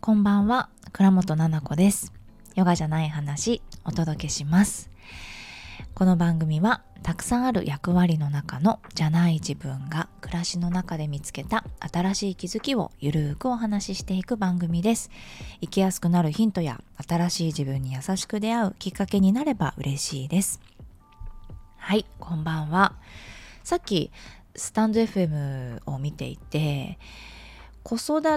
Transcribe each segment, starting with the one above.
こんばんは、倉本々子です。ヨガじゃない話お届けします。この番組はたくさんある役割の中のじゃない自分が暮らしの中で見つけた新しい気づきをゆるーくお話ししていく番組です。生きやすくなるヒントや新しい自分に優しく出会うきっかけになれば嬉しいです。はい、こんばんは。さっきスタンド FM を見ていて、子育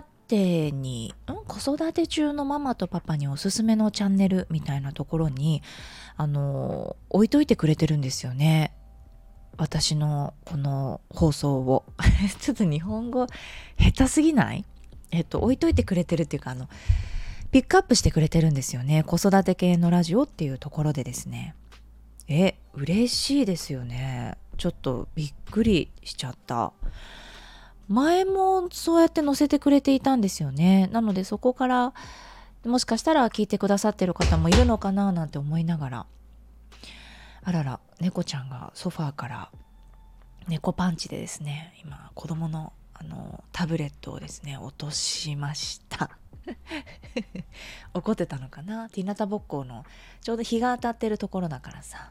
て中のママとパパにおすすめのチャンネルみたいなところに置いといてくれてるんですよね。私のこの放送をちょっと日本語下手すぎない？置いといてくれてるっていうかピックアップしてくれてるんですよね。子育て系のラジオっていうところでですね。嬉しいですよね。ちょっとびっくりしちゃった。前もそうやって載せてくれていたんですよね。なのでそこからもしかしたら聞いてくださってる方もいるのかななんて思いながら、あらら、猫ちゃんがソファーから猫パンチでですね、今子供のタブレットをですね落としました怒ってたのかな。日向ぼっこのちょうど日が当たってるところだからさ、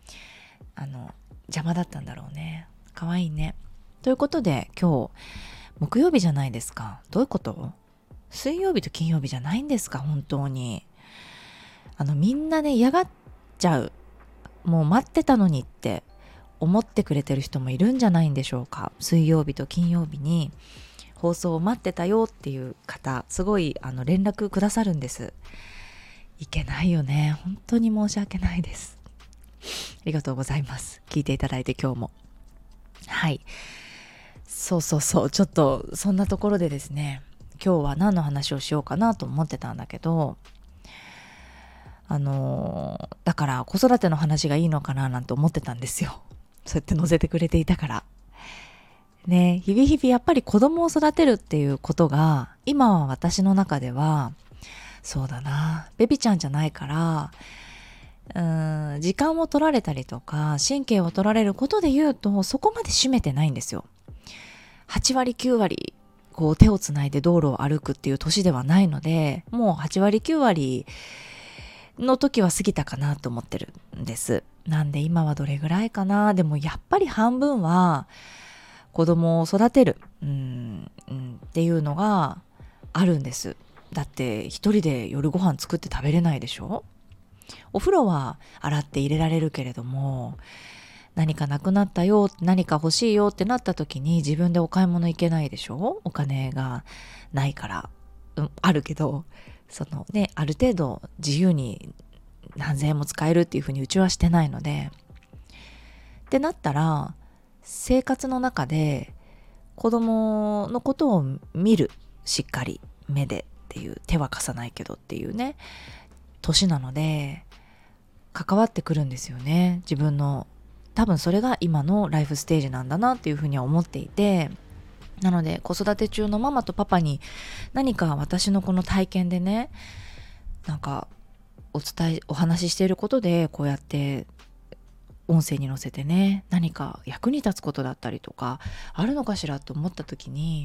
邪魔だったんだろうね。かわいいね。ということで今日木曜日じゃないですか。どういうこと？水曜日と金曜日じゃないんですか？本当にみんなね嫌がっちゃう。もう待ってたのにって思ってくれてる人もいるんじゃないんでしょうか。水曜日と金曜日に放送を待ってたよっていう方、すごい連絡くださるんです。いけないよね。本当に申し訳ないです。ありがとうございます。聞いていただいて今日も。はい。そう、ちょっとそんなところでですね、今日は何の話をしようかなと思ってたんだけど、だから子育ての話がいいのかななんて思ってたんですよ。そうやって載せてくれていたからね。日々日々やっぱり子供を育てるっていうことが今は私の中では、そうだな、ベビちゃんじゃないから時間を取られたりとか神経を取られることで言うとそこまで占めてないんですよ。8割9割こう手をつないで道路を歩くっていう年ではないので、もう8割9割の時は過ぎたかなと思ってるんです。なんで今はどれぐらいかな。でもやっぱり半分は子供を育てるっていうのがあるんです。だって一人で夜ご飯作って食べれないでしょ。お風呂は洗って入れられるけれども、何かなくなったよ、何か欲しいよってなった時に自分でお買い物行けないでしょ。お金がないから、あるけどある程度自由に何千円も使えるっていうふうにうちはしてないので、ってなったら生活の中で子供のことを見る、しっかり目でっていう、手は貸さないけどっていうね年なので関わってくるんですよね。自分の多分それが今のライフステージなんだなっていうふうには思っていて、なので子育て中のママとパパに何か私のこの体験でね、なんかお話ししていることでこうやって音声に乗せてね、何か役に立つことだったりとかあるのかしらと思った時に、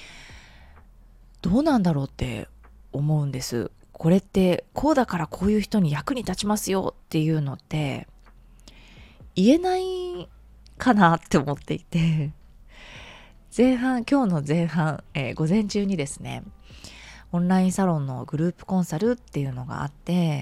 どうなんだろうって思うんです。これってこうだからこういう人に役に立ちますよっていうのって言えないかなって思っていて、今日の前半、午前中にですね、オンラインサロンのグループコンサルっていうのがあって、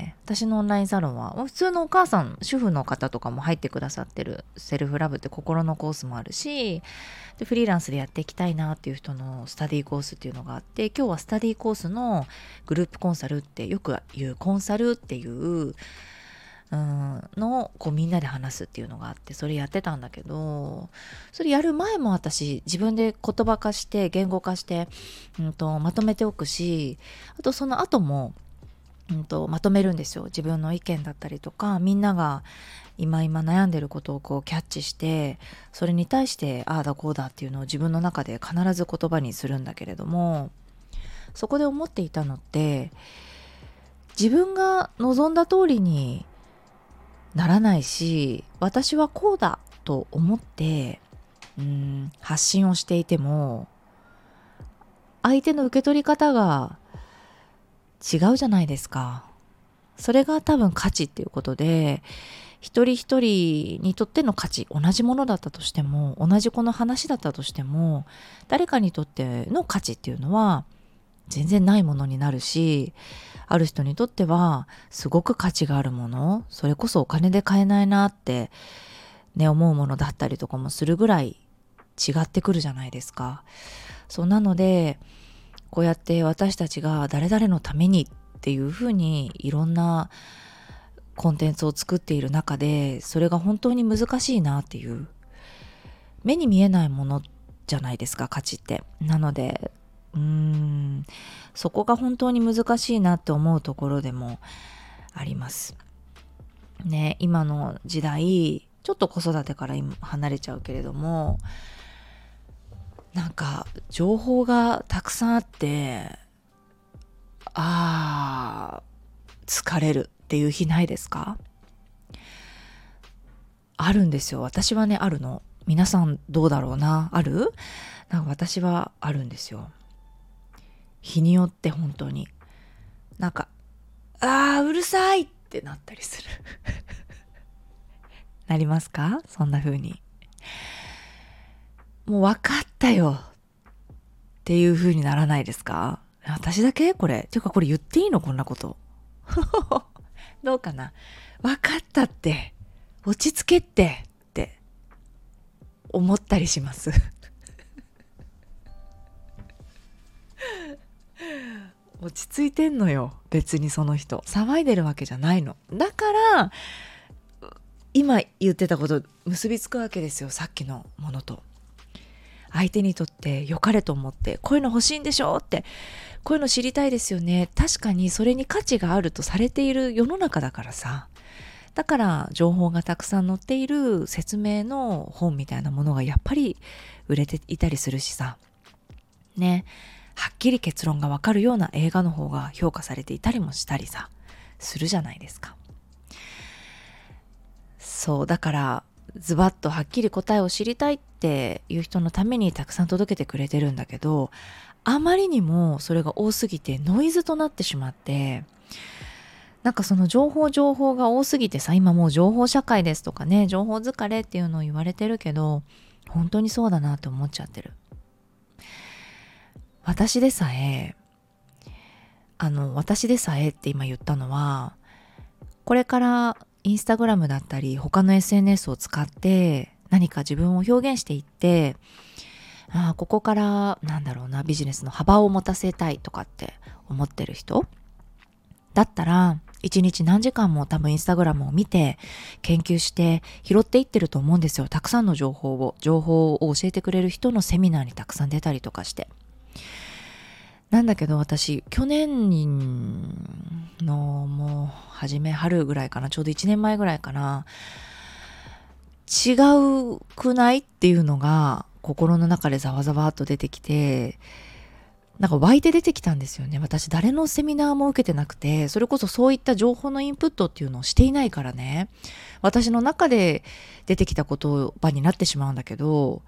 私のオンラインサロンは普通のお母さん、主婦の方とかも入ってくださってるセルフラブって心のコースもあるし、でフリーランスでやっていきたいなっていう人のスタディコースっていうのがあって、今日はスタディコースのグループコンサルってよく言うコンサルっていうのをこうみんなで話すっていうのがあって、それやってたんだけど、それやる前も私自分で言葉化して言語化して、まとめておくし、あとその後も、まとめるんですよ。自分の意見だったりとか、みんなが今悩んでることをこうキャッチして、それに対してああだこうだっていうのを自分の中で必ず言葉にするんだけれども、そこで思っていたのって、自分が望んだ通りにならないし、私はこうだと思って発信をしていても、相手の受け取り方が違うじゃないですか。それが多分価値っていうことで、一人一人にとっての価値、同じものだったとしても、同じこの話だったとしても、誰かにとっての価値っていうのは全然ないものになるし、ある人にとってはすごく価値があるもの、それこそお金で買えないなってね、思うものだったりとかもするぐらい違ってくるじゃないですか。そうなので、こうやって私たちが誰々のためにっていうふうにいろんなコンテンツを作っている中で、それが本当に難しいなっていう、目に見えないものじゃないですか、価値って。なのでそこが本当に難しいなって思うところでもありますね。今の時代、ちょっと子育てから今離れちゃうけれども、なんか情報がたくさんあって、疲れるっていう日ないですか？あるんですよ。私はね、あるの。皆さんどうだろうな。ある？なんか私はあるんですよ。日によって本当に。なんか、うるさいってなったりする。なりますか？そんな風に。もう分かったよっていう風にならないですか？私だけこれ。ていうかこれ言っていいの？こんなこと。どうかな？分かったって。落ち着けって思ったりします。落ち着いてんのよ。別にその人。騒いでるわけじゃないの。だから、今言ってたこと結びつくわけですよ。さっきのものと。相手にとって良かれと思って、こういうの欲しいんでしょって、こういうの知りたいですよね。確かにそれに価値があるとされている世の中だからさ。だから情報がたくさん載っている説明の本みたいなものがやっぱり売れていたりするしさ。ね。はっきり結論がわかるような映画の方が評価されていたりもしたりさ、するじゃないですか。そう、だからズバッとはっきり答えを知りたいっていう人のためにたくさん届けてくれてるんだけど、あまりにもそれが多すぎてノイズとなってしまって、なんかその情報が多すぎてさ、今もう情報社会ですとかね、情報疲れっていうのを言われてるけど、本当にそうだなって思っちゃってる。私でさえって今言ったのは、これからインスタグラムだったり他の SNS を使って何か自分を表現していって、ここからビジネスの幅を持たせたいとかって思ってる人だったら、一日何時間も多分インスタグラムを見て研究して拾っていってると思うんですよ。たくさんの情報を教えてくれる人のセミナーにたくさん出たりとかして。なんだけど私、去年のもう初め春ぐらいかな、ちょうど1年前ぐらいかな、違うくないっていうのが心の中でざわざわっと出てきて、なんか湧いて出てきたんですよね。私誰のセミナーも受けてなくて、それこそそういった情報のインプットっていうのをしていないからね、私の中で出てきた言葉になってしまうんだけど、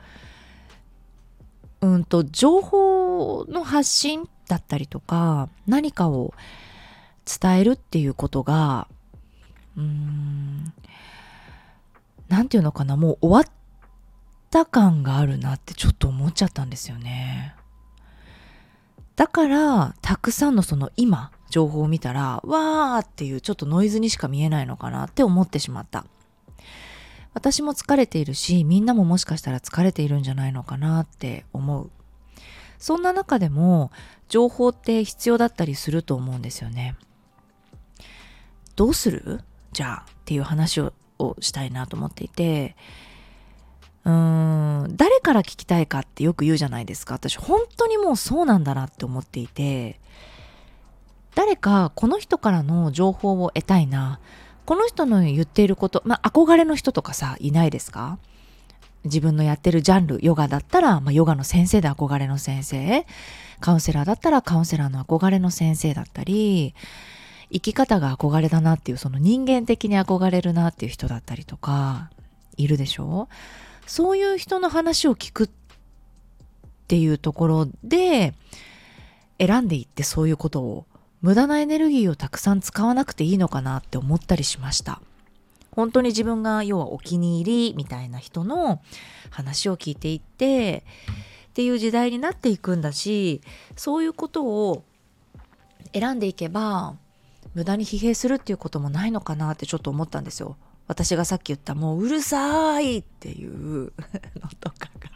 情報の発信だったりとか、何かを伝えるっていうことが、なんていうのかな、もう終わった感があるなってちょっと思っちゃったんですよね。だからたくさんのその今情報を見たら、わーっていうちょっとノイズにしか見えないのかなって思ってしまった。私も疲れているし、みんなももしかしたら疲れているんじゃないのかなって思う。そんな中でも情報って必要だったりすると思うんですよね。どうする？じゃあっていう話をしたいなと思っていて、誰から聞きたいかってよく言うじゃないですか。私本当にもうそうなんだなって思っていて、誰かこの人からの情報を得たいな、この人の言っていること、憧れの人とかさ、いないですか？自分のやってるジャンル、ヨガだったら、ヨガの先生で憧れの先生、カウンセラーだったらカウンセラーの憧れの先生だったり、生き方が憧れだなっていう、その人間的に憧れるなっていう人だったりとかいるでしょ？そういう人の話を聞くっていうところで選んでいって、そういうことを無駄なエネルギーをたくさん使わなくていいのかなって思ったりしました。本当に自分が要はお気に入りみたいな人の話を聞いていってっていう時代になっていくんだし、そういうことを選んでいけば無駄に疲弊するっていうこともないのかなってちょっと思ったんですよ。私がさっき言ったもううるさいっていうのとかが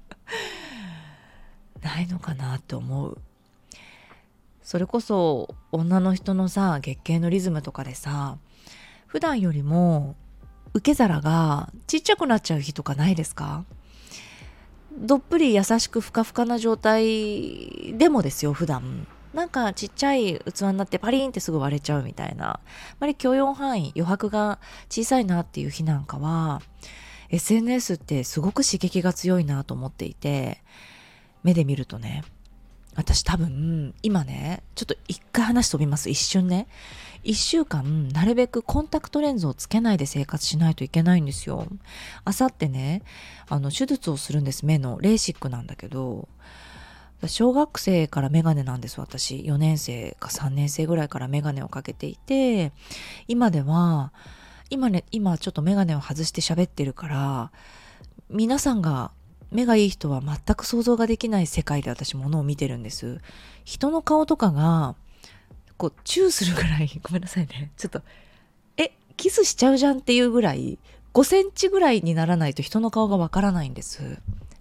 ないのかなって思う。それこそ女の人のさ、月経のリズムとかでさ、普段よりも受け皿がちっちゃくなっちゃう日とかないですか？どっぷり優しくふかふかな状態でもですよ、普段なんかちっちゃい器になってパリンってすぐ割れちゃうみたいな、あまり許容範囲、余白が小さいなっていう日なんかは SNS ってすごく刺激が強いなと思っていて、目で見るとね、私多分今ね、ちょっと一回話飛びます。一瞬ね、一週間なるべくコンタクトレンズをつけないで生活しないといけないんですよ。あさってね、手術をするんです。目のレーシックなんだけど、小学生からメガネなんです。私4年生か3年生ぐらいからメガネをかけていて、今では今ちょっとメガネを外して喋ってるから、皆さんが目がいい人は全く想像ができない世界で私物を見てるんです。人の顔とかがこうチューするぐらいごめんなさいね、ちょっとキスしちゃうじゃんっていうぐらい5センチぐらいにならないと人の顔がわからないんです。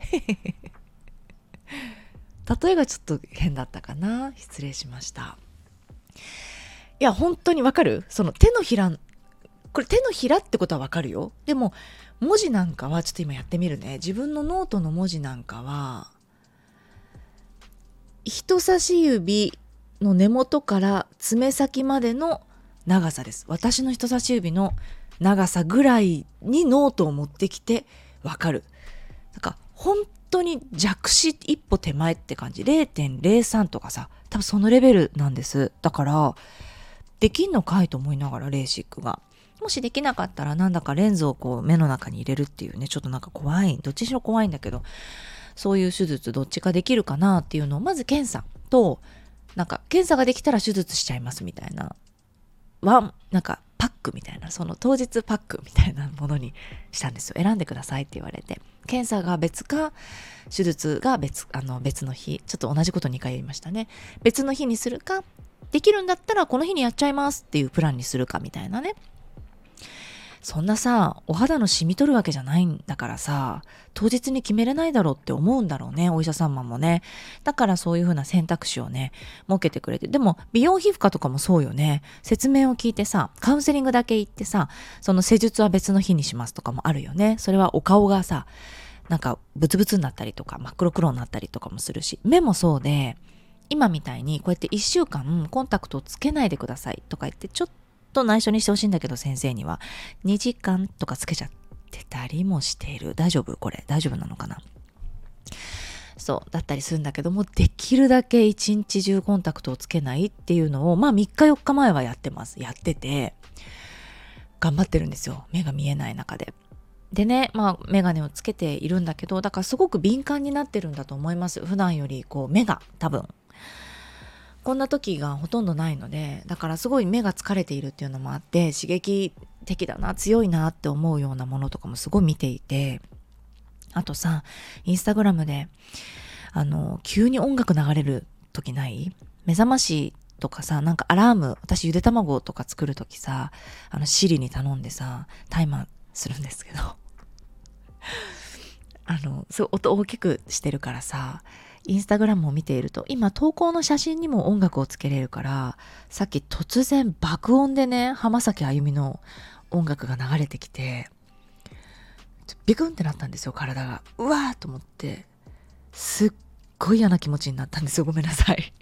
例えがちょっと変だったかな、失礼しました。いや本当にわかる、その手のひら、これ手のひらってことはわかるよ。でも文字なんかはちょっと今やってみるね。自分のノートの文字なんかは人差し指の根元から爪先までの長さです。私の人差し指の長さぐらいにノートを持ってきてわかる。なんか本当に弱視一歩手前って感じ。 0.03 とかさ、多分そのレベルなんです。だからできんのかいと思いながら、レーシックがもしできなかったらなんだかレンズをこう目の中に入れるっていうね、ちょっとなんか怖い、どっちにしろ怖いんだけど、そういう手術どっちかできるかなっていうのをまず検査と、なんか検査ができたら手術しちゃいますみたいななんかパックみたいな、その当日パックみたいなものにしたんですよ。選んでくださいって言われて、検査が別か手術が別の日、ちょっと同じこと2回言いましたね。別の日にするか、できるんだったらこの日にやっちゃいますっていうプランにするかみたいなね。そんなさ、お肌のシミ取るわけじゃないんだからさ、当日に決めれないだろうって思うんだろうね、お医者様もね。だからそういう風な選択肢をね、設けてくれて。でも美容皮膚科とかもそうよね。説明を聞いてさ、カウンセリングだけ行ってさ、その施術は別の日にしますとかもあるよね。それはお顔がさ、なんかブツブツになったりとか真っ黒黒になったりとかもするし、目もそうで、今みたいにこうやって1週間コンタクトをつけないでくださいとか言って、ちょっと内緒にしてほしいんだけど、先生には2時間とかつけちゃってたりもしている。大丈夫？これ大丈夫なのかな？そうだったりするんだけども、できるだけ一日中コンタクトをつけないっていうのを3日4日前はやってて頑張ってるんですよ、目が見えない中で。でね、メガネをつけているんだけど、だからすごく敏感になってるんだと思います。普段よりこう目が多分こんな時がほとんどないので、だからすごい目が疲れているっていうのもあって、刺激的だな、強いなって思うようなものとかもすごい見ていて、あとさ、インスタグラムで急に音楽流れる時ない？目覚ましとかさ、なんかアラーム、私ゆで卵とか作る時さ、シリに頼んでさ、タイマーするんですけどそう音大きくしてるからさ、インスタグラムを見ていると、今投稿の写真にも音楽をつけれるから、さっき突然爆音でね、浜崎あゆみの音楽が流れてきて、ビクンってなったんですよ、体が。うわーと思って、すっごい嫌な気持ちになったんですよ。ごめんなさい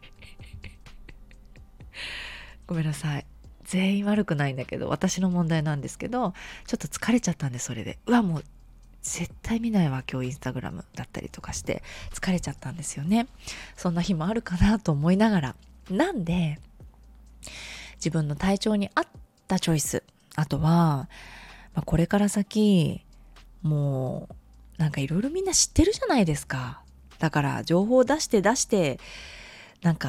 ごめんなさい、全員悪くないんだけど、私の問題なんですけど、ちょっと疲れちゃったんで、それでもう絶対見ないわ今日インスタグラムだったりとかして疲れちゃったんですよね。そんな日もあるかなと思いながら、なんで自分の体調に合ったチョイス、あとは、これから先もうなんかいろいろみんな知ってるじゃないですか。だから情報を出してなんか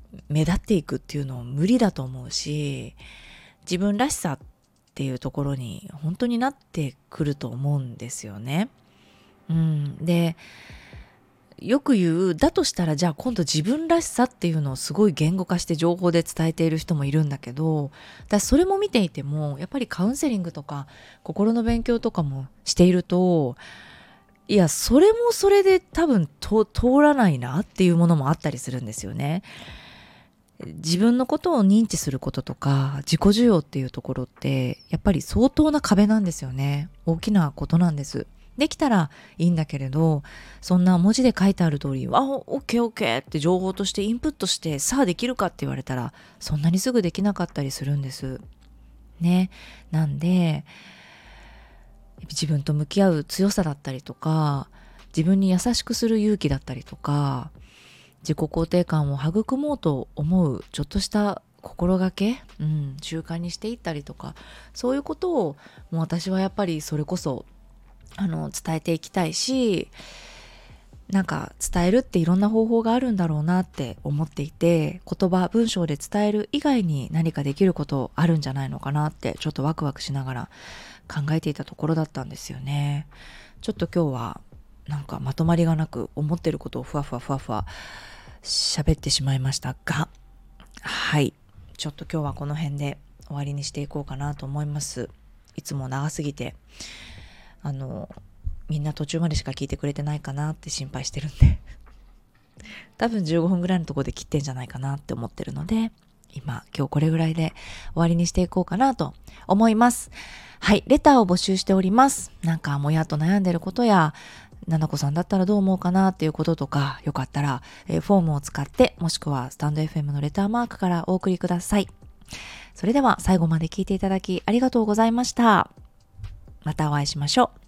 目立っていくっていうの無理だと思うし、自分らしさっていうところに本当になってくると思うんですよね。で、よく言う、だとしたらじゃあ今度自分らしさっていうのをすごい言語化して情報で伝えている人もいるんだけど、それも見ていてもやっぱりカウンセリングとか心の勉強とかもしていると、いやそれもそれで多分通らないなっていうものもあったりするんですよね。自分のことを認知することとか自己需要っていうところってやっぱり相当な壁なんですよね。大きなことなんです。できたらいいんだけれど、そんな文字で書いてある通り、オッケーオッケーって情報としてインプットしてさあできるかって言われたらそんなにすぐできなかったりするんですね。なんで自分と向き合う強さだったりとか、自分に優しくする勇気だったりとか、自己肯定感を育もうと思うちょっとした心がけ、習慣にしていったりとか、そういうことをもう私はやっぱりそれこそ伝えていきたいし、なんか伝えるっていろんな方法があるんだろうなって思っていて、文章で伝える以外に何かできることあるんじゃないのかなってちょっとワクワクしながら考えていたところだったんですよね。ちょっと今日はなんかまとまりがなく思ってることをふわふわ喋ってしまいましたが、はい、ちょっと今日はこの辺で終わりにしていこうかなと思います。いつも長すぎてみんな途中までしか聞いてくれてないかなって心配してるんで多分15分ぐらいのところで切ってんじゃないかなって思ってるので、今日これぐらいで終わりにしていこうかなと思います。はい、レターを募集しております。なんかもやっと悩んでることや、ななこさんだったらどう思うかなっていうこととか、よかったら、フォームを使って、もしくはスタンド FM のレターマークからお送りください。それでは最後まで聞いていただきありがとうございました。またお会いしましょう。